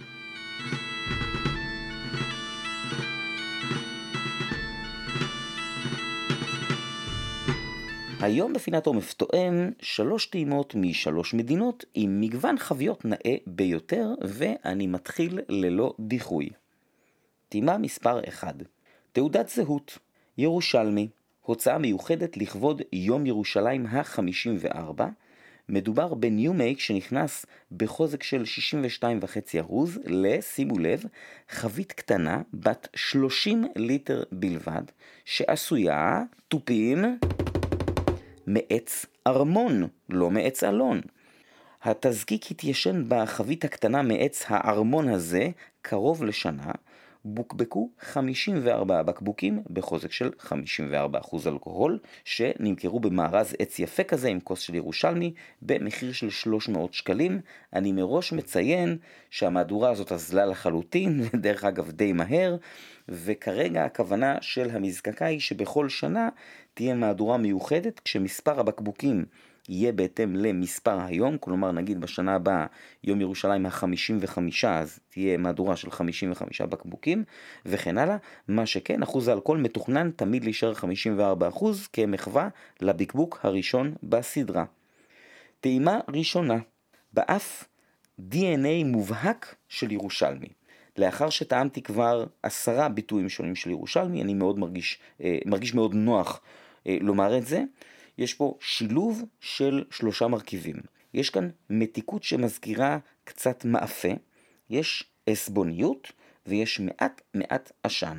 היום בפינת עומף תואם 3 טעימות מ3 מדינות עם מגוון חוויות נאה ביותר, ואני מתחיל ללא דיחוי. טעימה מספר 1, תעודת זהות, ירושלמי, הוצאה מיוחדת לכבוד יום ירושלים ה-54. מדובר בניו מייק שנכנס בחוזק של 62.5% לשימו לב, חבית קטנה בת 30 ליטר בלבד, שעשויה תופים מעץ ארמון, לא מעץ אלון. התזקיק התיישן בחבית הקטנה מעץ הארמון הזה קרוב לשנה, בוקבקו 54 בקבוקים בחוזק של 54% אלכוהול, שנמכרו במארז עץ יפה כזה עם כוס של ירושלמי במחיר של 300 שקלים. אני מראש מציין שהמהדורה הזאת אזלה לחלוטין, דרך אגב די מהר, וכרגע הכוונה של המזקקה היא שבכל שנה תהיה מהדורה מיוחדת כשמספר הבקבוקים יהיה בהתאם למספר היום, כלומר נגיד בשנה הבאה יום ירושלים ה-55, אז תהיה מהדורה של 55 בקבוקים וכן הלאה. מה שכן, אחוז האלכוהול מתוכנן תמיד להישאר 54% כמחווה לבקבוק הראשון בסדרה. טעימה ראשונה, באף DNA מובהק של ירושלמי. לאחר שטעמתי כבר 10 ביטויים שונים של ירושלמי, אני מאוד מרגיש מאוד נוח לומר את זה. יש פה שילוב של 3 מרכיבים. יש כאן מתיקות שמזכירה קצת מאפה, יש עסבוניות ויש מעט עשן.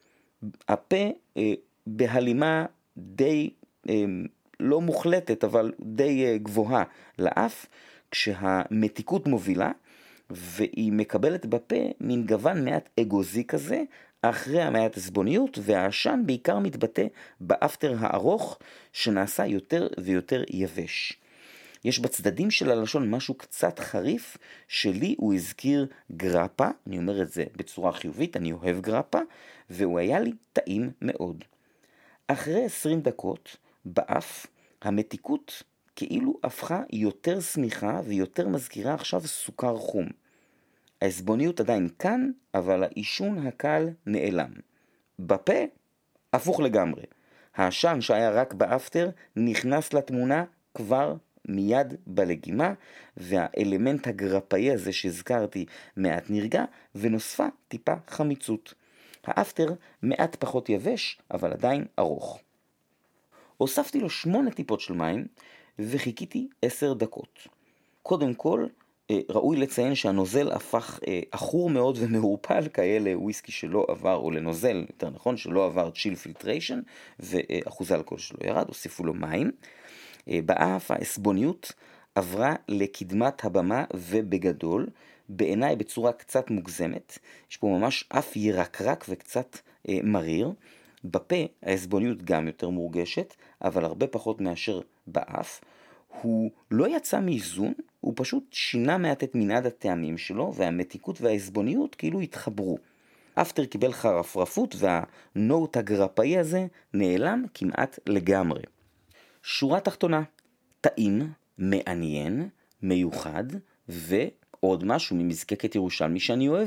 הפה בהלימה די לא מוחלטת אבל די גבוהה לאף, כשהמתיקות מובילה והיא מקבלת בפה מין גוון מעט אגוזי כזה, אחרי המעט עסבוניות, והעשן בעיקר מתבטא באפטר הארוך שנעשה יותר ויותר יבש. יש בצדדים של הלשון משהו קצת חריף, שלי הוא הזכיר גרפה, אני אומר את זה בצורה חיובית, אני אוהב גרפה, והוא היה לי טעים מאוד. אחרי 20 דקות באף, המתיקות כאילו הפכה יותר סמיכה ויותר מזכירה עכשיו סוכר חום. העסבוניות עדיין כאן, אבל העישון הקל נעלם. בפה, הפוך לגמרי. העשן שהיה רק באפטר נכנס לתמונה כבר מיד בלגימה, והאלמנט הגרפאי הזה שהזכרתי מעט נרגע, ונוספה טיפה חמיצות. האפטר מעט פחות יבש, אבל עדיין ארוך. הוספתי לו 8 טיפות של מים, וחיכיתי 10 דקות. קודם כל, ראוי לציין שהנוזל הפך אחור מאוד ומעורפל, כאלה וויסקי שלא עבר, או לנוזל, יותר נכון, שלא עבר צ'יל פילטריישן, ואחוז האלכוהול שלו ירד, הוסיפו לו מים. באף העסבוניות עברה לקדמת הבמה ובגדול, בעיניי בצורה קצת מוגזמת. יש פה ממש אף ירקרק וקצת מריר. בפה העסבוניות גם יותר מורגשת, אבל הרבה פחות מאשר באף. הוא לא יצא מאיזון, הוא פשוט שינה מעט את מנעד הטעמים שלו, והמתיקות והעסבוניות כאילו התחברו. אפטר קיבל חרפרפות, והנוט הגרפאי הזה נעלם כמעט לגמרי. שורה תחתונה, טעים, מעניין, מיוחד, ועוד משהו ממזקקת ירושלמי שאני אוהב,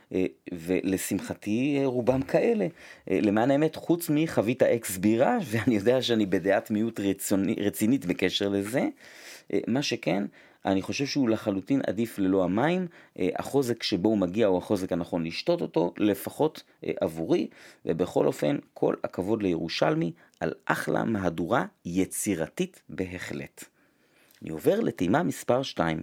ולשמחתי רובם כאלה. למען האמת, חוץ מחבית האקס בירה, ואני יודע שאני בדעת מיעוט רצינית בקשר לזה, מה שכן, אני חושב שהוא לחלוטין עדיף ללא המים. החוזק שבו הוא מגיע הוא החוזק הנכון לשתות אותו, לפחות עבורי, ובכל אופן כל הכבוד לירושלמי על אחלה מהדורה יצירתית בהחלט. אני עובר לטעימה מספר 2.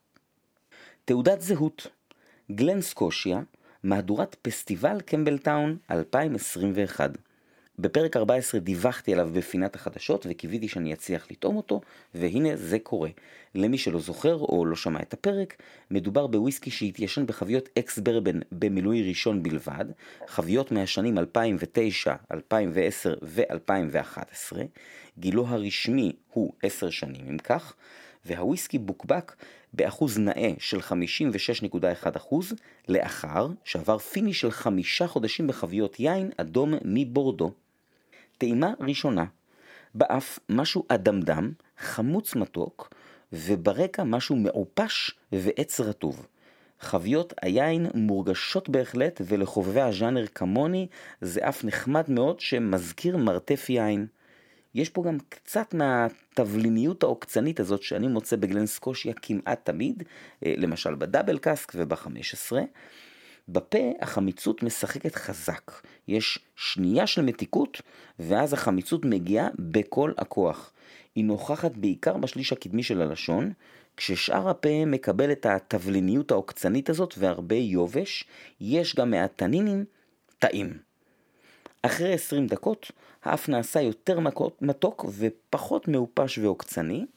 תעודת זהות, גלן סקושיה, מהדורת פסטיבל קמבלטאון 2021. בפרק 14 דיווחתי עליו בפינת החדשות וקיוויתי שאני אצליח לטעום אותו, והנה זה קורה. למי שלא זוכר או לא שמע את הפרק, מדובר בוויסקי שהתיישן בחביות אקס ברבן במילוי ראשון בלבד, חביות מהשנים 2009, 2010 ו-2011, גילו הרשמי הוא 10 שנים אם כך, והוויסקי בוקבק באחוז נאה של 56.1%, לאחר שעבר פיני של 5 חודשים בחביות יין אדום מבורדו. טעימה ראשונה, באף משהו אדמדם, חמוץ מתוק, וברקע משהו מעופש ועץ רטוב. חביות היין מורגשות בהחלט, ולחובבי הז'אנר כמוני זה אף נחמד מאוד שמזכיר מרתף יין. יש פה גם קצת מהתבליניות העוקצנית הזאת שאני מוצא בגלן סקושיה כמעט תמיד, למשל בדאבל קאסק וב-15. בפה החמיצות משחקת חזק, יש שנייה של מתיקות ואז החמיצות מגיעה בכל הכוח. היא נוכחת בעיקר בשליש הקדמי של הלשון, כששאר הפה מקבל את התבליניות העוקצנית הזאת והרבה יובש, יש גם מהטנינים טעים. אחרי 20 דקות האף נעשה יותר מתוק ופחות מעופש ועוקצני,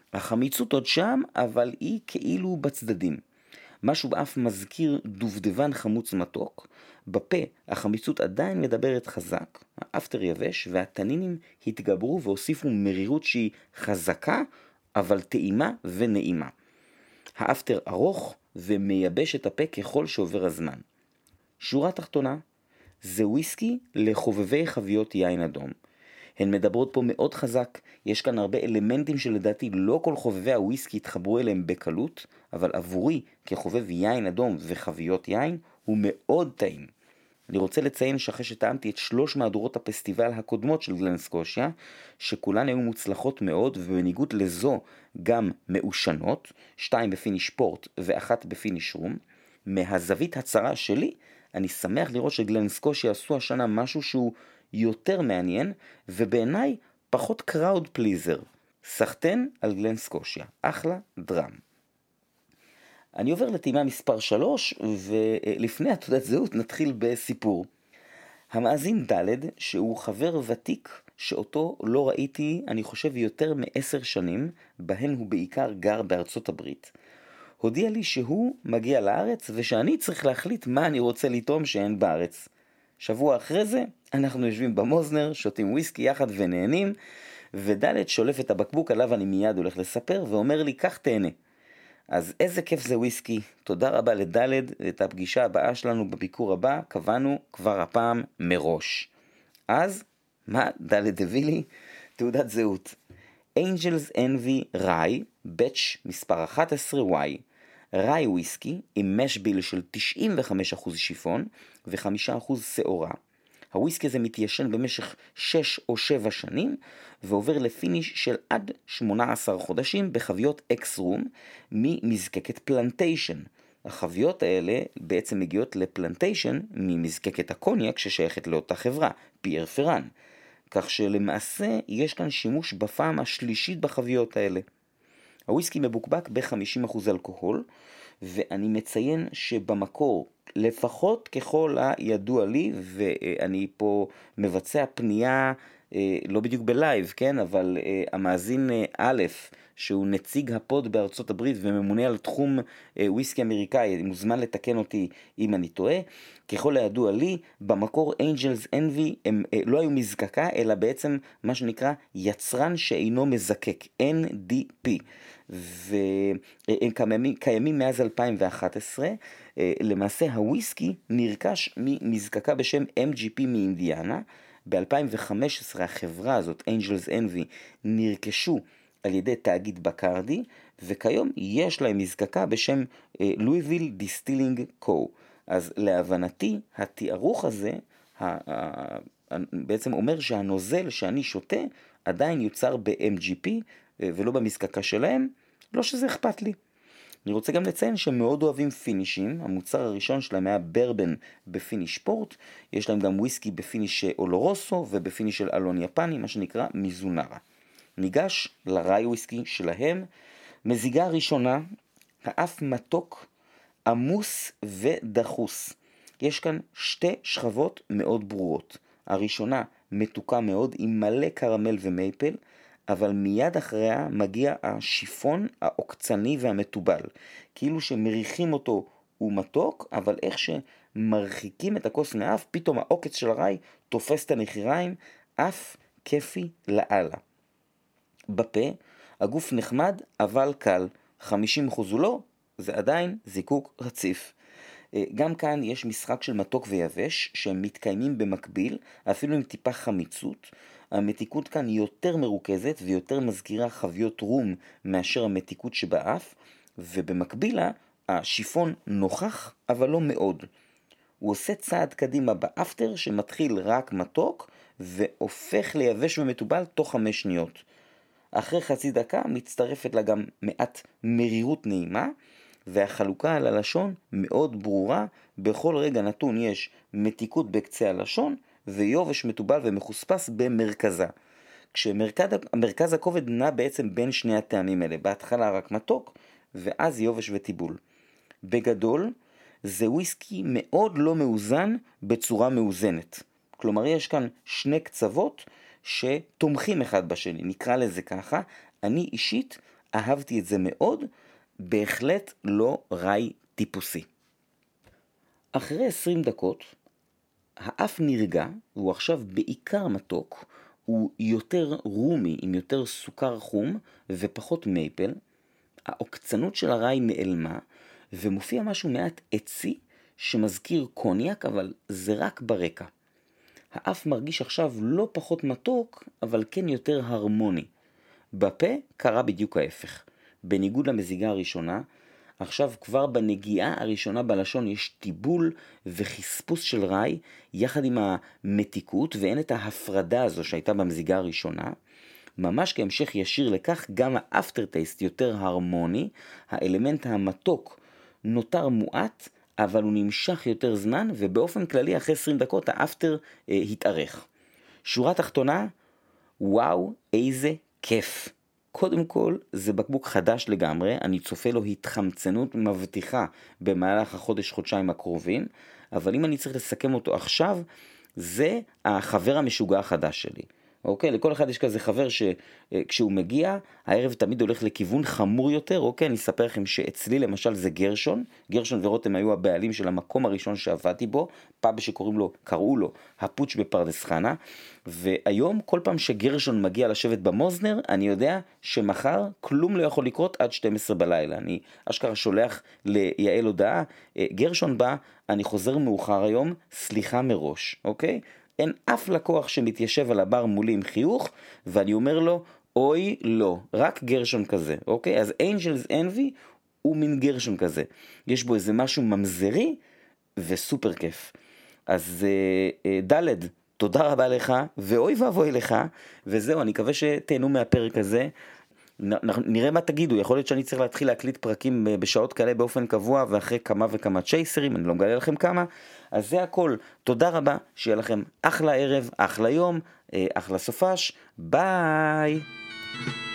החמיצות עוד שם, אבל היא כאילו בצדדים. משהו באף מזכיר דובדבן חמוץ מתוק, בפה החמיצות עדיין מדברת חזק, האפטר יבש והטנינים התגברו והוסיפו מרירות שהיא חזקה, אבל טעימה ונעימה. האפטר ארוך ומייבש את הפה ככל שעובר הזמן. שורה תחתונה, זה וויסקי לחובבי חביות יין אדום. הן מדברות פה מאוד חזק, יש כאן הרבה אלמנטים שלדעתי לא כל חובבי הוויסקי התחברו אליהם בקלות, אבל עבורי כחובב יין אדום וחביות יין הוא מאוד טעים. אני רוצה לציין שאחרי שטעמתי את 3 מהדורות הפסטיבל הקודמות של גלן סקושיה, שכולן היו מוצלחות מאוד ובניגוד לזו גם מאושנות, 2 בפיניש פורט ו1 בפיניש רום, מהזווית הצרה שלי, אני שמח לראות שגלן סקושיה עשו השנה משהו שהוא יותר מעניין, ובעיניי פחות קראוד פליזר. סחטן על גלן סקושיה, אחלה דרם. אני עובר לטעימה מספר 3, ולפני תעודת זהות נתחיל בסיפור. המאזין ד' שהוא חבר ותיק שאותו לא ראיתי, אני חושב יותר מ10 שנים, בהן הוא בעיקר גר בארצות הברית. הודיע לי שהוא מגיע לארץ ושאני צריך להחליט מה אני רוצה לתרום שאין בארץ. שבוע אחרי זה אנחנו יושבים במוזנר, שותים וויסקי יחד ונהנים, וד' שולף את הבקבוק עליו אני מיד הולך לספר ואומר לי כך תהנה. אז איזה כיף זה וויסקי, תודה רבה לד', את הפגישה הבאה שלנו בביקור הבא קבענו כבר הפעם מראש. אז מה ד' הביא לי? תעודת זהות. Angels Envy Rye, Batch מספר 11Y. ראי וויסקי עם משביל של 95% שיפון ו5% שעורה. הוויסקי הזה מתיישן במשך 6 או 7 שנים ועובר לפיניש של עד 18 חודשים בחביות אקס-רום ממזקקת פלנטיישן. החביות האלה בעצם מגיעות לפלנטיישן ממזקקת הקוניאק ששייכת לאותה חברה, פייר פרן. כך שלמעשה יש כאן שימוש בפעם השלישית בחביות האלה. הוויסקי מבוקבק ב-50% אלכוהול, ואני מציין שבמקור, לפחות ככל הידוע לי, ואני פה מבצע פנייה, לא בדיוק בלייב, כן? אבל המאזין א', שהוא נציג הפוד בארצות הברית וממונה על תחום וויסקי אמריקאי, מוזמן לתקן אותי אם אני טועה. ככל הידוע לי, במקור Angels Envy הם לא היו מזקקה, אלא בעצם מה שנקרא יצרן שאינו מזקק, NDP. והם קיימים מאז 2011. למעשה הוויסקי נרכש ממזקקה בשם MGP מאינדיאנה. ב-2015 החברה הזאת, Angels Envy, נרכשו על ידי תאגיד בקרדי, וכיום יש להם מזקקה בשם לואיוויל דיסטילינג קו. אז להבנתי, התיארוך הזה בעצם אומר שהנוזל שאני שותה עדיין יוצר ב-MGP ולא במזקקה שלהם, לא שזה אכפת לי. אני רוצה גם לציין שהם מאוד אוהבים פינישים, המוצר הראשון שלהם היה ברבן בפיניש פורט, יש להם גם וויסקי בפיניש אולורוסו ובפיניש של אלון יפני, מה שנקרא מיזונרה. ניגש לראי וויסקי שלהם, מזיגה ראשונה, האף מתוק, עמוס ודחוס. יש כאן 2 שכבות מאוד ברורות. הראשונה מתוקה מאוד עם מלא קרמל ומייפל, אבל מיד אחריה מגיע השיפון העוקצני והמטובל. כאילו שמריחים אותו הוא מתוק, אבל איך שמרחיקים את הכוס מאף, פתאום העוקץ של הראי תופס את הנחיריים, אף כיפי לאללה. בפה, הגוף נחמד אבל קל, 50% הוא לא, זה עדיין זיקוק רציף. גם כאן יש משחק של מתוק ויבש שהם מתקיימים במקביל, אפילו עם טיפה חמיצות. המתיקות כאן היא יותר מרוכזת ויותר מזכירה חביות רום מאשר המתיקות שבאף, ובמקביל השיפון נוכח אבל לא מאוד. הוא עושה צעד קדימה באפטר שמתחיל רק מתוק והופך ליבש ומטובל תוך 5 שניות. אחרי חצי דקה מצטרפת לה גם מעט מרירות נעימה, והחלוקה על הלשון מאוד ברורה, בכל רגע נתון יש מתיקות בקצה הלשון ויובש מטובל ומחוספס במרכזה. כשמרכז הכובד נע בעצם בין שני הטעמים האלה, בהתחלה רק מתוק ואז יובש וטיבול. בגדול זה וויסקי מאוד לא מאוזן בצורה מאוזנת. כלומר יש כאן 2 קצוות שתומכים אחד בשני, נקרא לזה ככה. אני אישית אהבתי את זה מאוד, בהחלט לא ראי טיפוסי. אחרי 20 דקות, האף נרגע, והוא עכשיו בעיקר מתוק, הוא יותר רומי עם יותר סוכר חום ופחות מייפל, העוקצנות של הראי נעלמה, ומופיע משהו מעט עצי שמזכיר קוניאק, אבל זה רק ברקע. האף מרגיש עכשיו לא פחות מתוק, אבל כן יותר הרמוני. בפה קרה בדיוק ההפך. בניגוד למזיגה הראשונה, עכשיו כבר בנגיעה הראשונה בלשון יש טיבול וחספוס של ראי יחד עם המתיקות, ואין את ההפרדה הזו שהייתה במזיגה הראשונה. ממש כהמשך ישיר לכך גם האפטר טייסט יותר הרמוני, האלמנט המתוק נותר מועט, אבל הוא נמשך יותר זמן, ובאופן כללי אחרי 20 דקות האפטר התארך. שורה תחתונה, וואו, איזה כיף. קודם כל, זה בקבוק חדש לגמרי, אני צופה לו התחמצנות מבטיחה במהלך החודש-חודשיים הקרובים, אבל אם אני צריך לסכם אותו עכשיו, זה החבר המשוגע החדש שלי. אוקיי, לכל אחד יש כזה חבר שכשהוא מגיע, הערב תמיד הולך לכיוון חמור יותר. אוקיי, אני אספר לכם שאצלי למשל זה גרשון. גרשון ורותם היו הבעלים של המקום הראשון שעבדתי בו, פאב קראו לו הפוץ' בפרדס חנה, והיום כל פעם שגרשון מגיע לשבת במוזנר, אני יודע שמחר כלום לא יכול לקרות עד 12 בלילה. אני אשכרה שולח ליעל הודעה, גרשון בא, אני חוזר מאוחר היום, סליחה מראש, אוקיי? אין אף לקוח שמתיישב על הבר מולי עם חיוך, ואני אומר לו, אוי לא, רק גרשון כזה, אוקיי? אז Angels Envy הוא מין גרשון כזה. יש בו איזה משהו ממזרי וסופר כיף. אז דלת, תודה רבה לך, ואוי ואבוי לך, וזהו, אני מקווה שתהנו מהפרק הזה. נראה מה תגידו, יכול להיות שאני צריך להתחיל להקליט פרקים בשעות כאלה באופן קבוע, ואחרי כמה וכמה צ'ייסרים, אני לא מגלה לכם כמה. אז זה הכל, תודה רבה, שיהיה לכם אחלה ערב, אחלה יום, אחלה סופש, ביי.